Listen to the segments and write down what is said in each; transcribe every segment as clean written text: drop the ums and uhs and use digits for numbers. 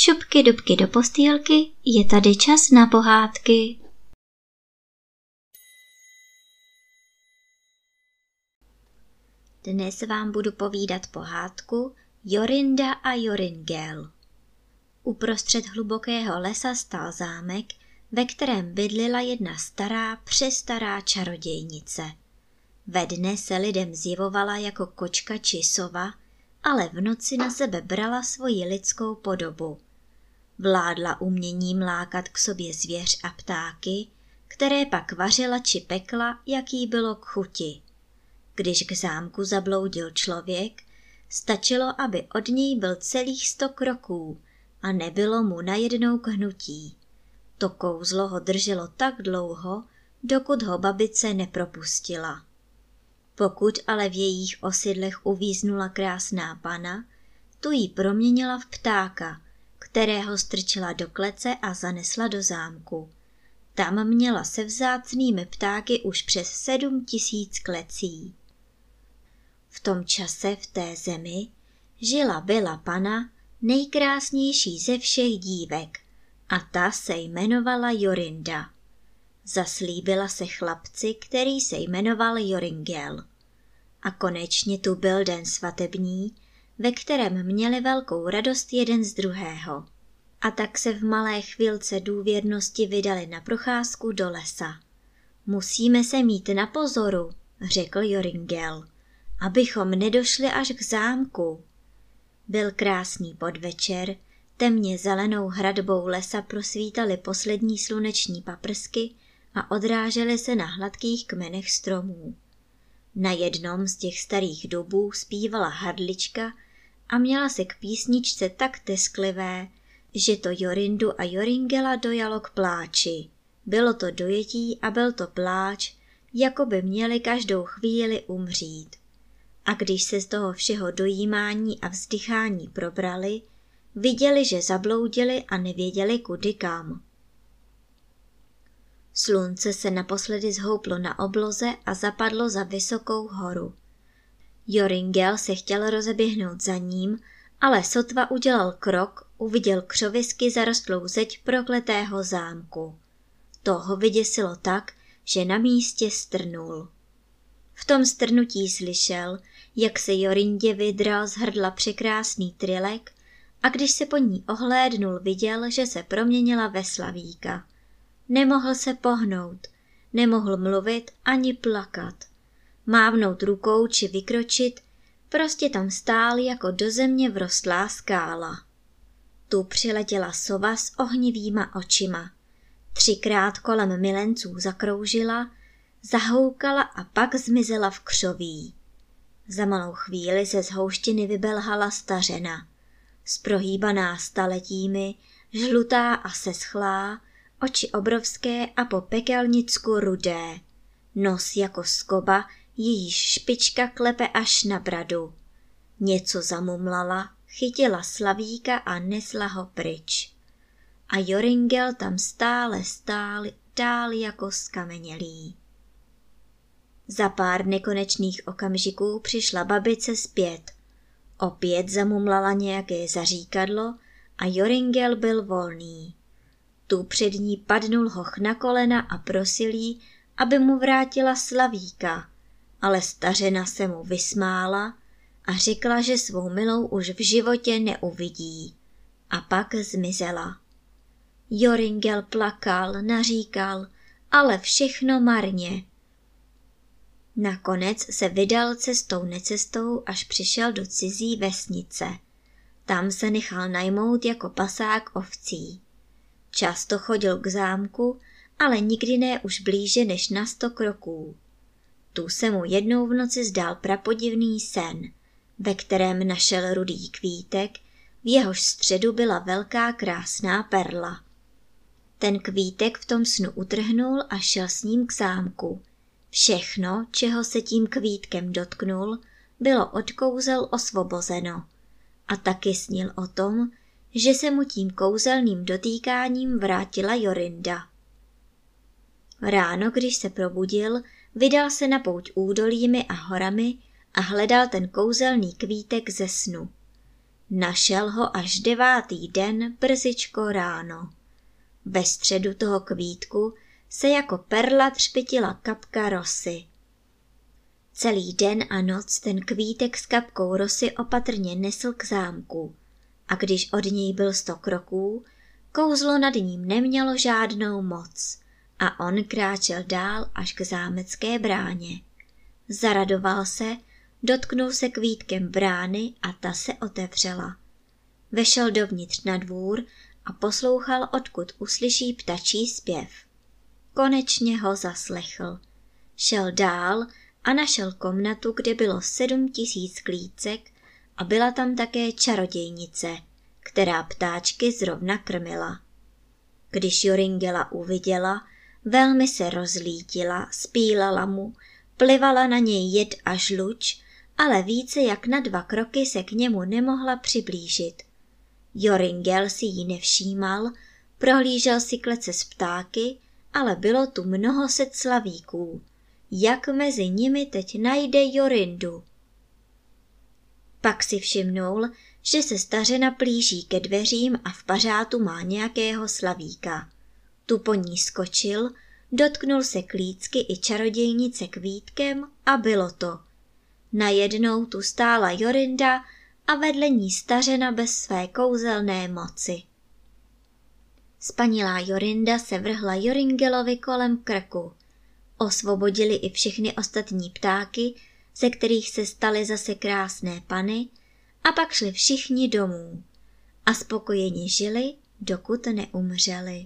Šupky dubky do postýlky, je tady čas na pohádky. Dnes vám budu povídat pohádku Jorinda a Joringel. Uprostřed hlubokého lesa stál zámek, ve kterém bydlila jedna stará, přestará čarodějnice. Ve dne se lidem zjevovala jako kočka či sova, ale v noci na sebe brala svoji lidskou podobu. Vládla uměním lákat k sobě zvěř a ptáky, které pak vařila či pekla, jak jí bylo k chuti. Když k zámku zabloudil člověk, stačilo, aby od něj byl celých 100 kroků a nebylo mu najednou k hnutí. To kouzlo ho drželo tak dlouho, dokud ho babice nepropustila. Pokud ale v jejich osidlech uvíznula krásná pana, tu jí proměnila v ptáka, kterého strčila do klece a zanesla do zámku. Tam měla se vzácnými ptáky už přes 7 000 klecí. V tom čase v té zemi byla pana nejkrásnější ze všech dívek a ta se jmenovala Jorinda. Zaslíbila se chlapci, který se jmenoval Joringel. A konečně tu byl den svatební, ve kterém měli velkou radost jeden z druhého. A tak se v malé chvílce důvěrnosti vydali na procházku do lesa. Musíme se mít na pozoru, řekl Joringel, abychom nedošli až k zámku. Byl krásný podvečer, temně zelenou hradbou lesa prosvítaly poslední sluneční paprsky a odrážely se na hladkých kmenech stromů. Na jednom z těch starých dubů zpívala hrdlička a měla se k písničce tak tesklivé, že to Jorindu a Joringela dojalo k pláči. Bylo to dojetí a byl to pláč, jako by měli každou chvíli umřít. A když se z toho všeho dojímání a vzdychání probrali, viděli, že zabloudili a nevěděli kudy kam. Slunce se naposledy zhouplo na obloze a zapadlo za vysokou horu. Joringel se chtěl rozeběhnout za ním, ale sotva udělal krok, uviděl křovisky zarostlou zeď prokletého zámku. To ho vyděsilo tak, že na místě strnul. V tom strnutí slyšel, jak se Jorindě vydral z hrdla překrásný trylek a když se po ní ohlédnul, viděl, že se proměnila ve slavíka. Nemohl se pohnout, nemohl mluvit ani plakat. Mávnout rukou či vykročit, prostě tam stál jako do země vrostlá skála. Tu přiletěla sova s ohnivýma očima. 3krát kolem milenců zakroužila, zahoukala a pak zmizela v křoví. Za malou chvíli se z houštiny vybelhala stařena. Sprohýbaná staletími, žlutá a seschlá, oči obrovské a po pekelnicku rudé. Nos jako skoba, jejíž špička klepe až na bradu. Něco zamumlala, chytila slavíka a nesla ho pryč. A Joringel tam stále stál dál jako skamenělý. Za pár nekonečných okamžiků přišla babice zpět. Opět zamumlala nějaké zaříkadlo a Joringel byl volný. Tu před ní padnul hoch na kolena a prosil jí, aby mu vrátila slavíka, ale stařena se mu vysmála a řekla, že svou milou už v životě neuvidí. A pak zmizela. Joringel plakal, naříkal, ale všechno marně. Nakonec se vydal cestou necestou, až přišel do cizí vesnice. Tam se nechal najmout jako pasák ovcí. Často chodil k zámku, ale nikdy ne už blíže než na 100 kroků. Tu se mu jednou v noci zdál prapodivný sen, ve kterém našel rudý kvítek, v jehož středu byla velká krásná perla. Ten kvítek v tom snu utrhnul a šel s ním k zámku. Všechno, čeho se tím kvítkem dotknul, bylo od kouzel osvobozeno. A taky snil o tom, že se mu tím kouzelným dotýkáním vrátila Jorinda. Ráno, když se probudil, vydal se na pouť údolími a horami a hledal ten kouzelný kvítek ze snu. Našel ho až 9. den brzičko ráno. Ve středu toho kvítku se jako perla třpytila kapka rosy. Celý den a noc ten kvítek s kapkou rosy opatrně nesl k zámku a když od něj byl 100 kroků, kouzlo nad ním nemělo žádnou moc a on kráčel dál až k zámecké bráně. Zaradoval se, dotknul se kvítkem brány a ta se otevřela. Vešel dovnitř na dvůr a poslouchal, odkud uslyší ptačí zpěv. Konečně ho zaslechl. Šel dál a našel komnatu, kde bylo 7000 klícek a byla tam také čarodějnice, která ptáčky zrovna krmila. Když Joringela uviděla, velmi se rozlítila, spílala mu, plivala na něj jed a žluč, ale více jak na 2 kroky se k němu nemohla přiblížit. Joringel si ji nevšímal, prohlížel si klece s ptáky, ale bylo tu mnoho set slavíků. Jak mezi nimi teď najde Jorindu? Pak si všimnul, že se stařena plíží ke dveřím a v pařátu má nějakého slavíka. Tu po ní skočil, dotknul se klícky i čarodějnice kvítkem a bylo to. Najednou tu stála Jorinda a vedle ní stařena bez své kouzelné moci. Spanilá Jorinda se vrhla Joringelovi kolem krku. Osvobodili i všechny ostatní ptáky, ze kterých se staly zase krásné pany, a pak šli všichni domů a spokojeně žili, dokud neumřeli.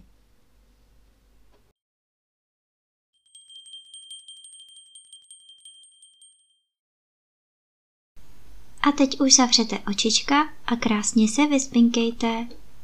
A teď už zavřete očička a krásně se vyspinkejte.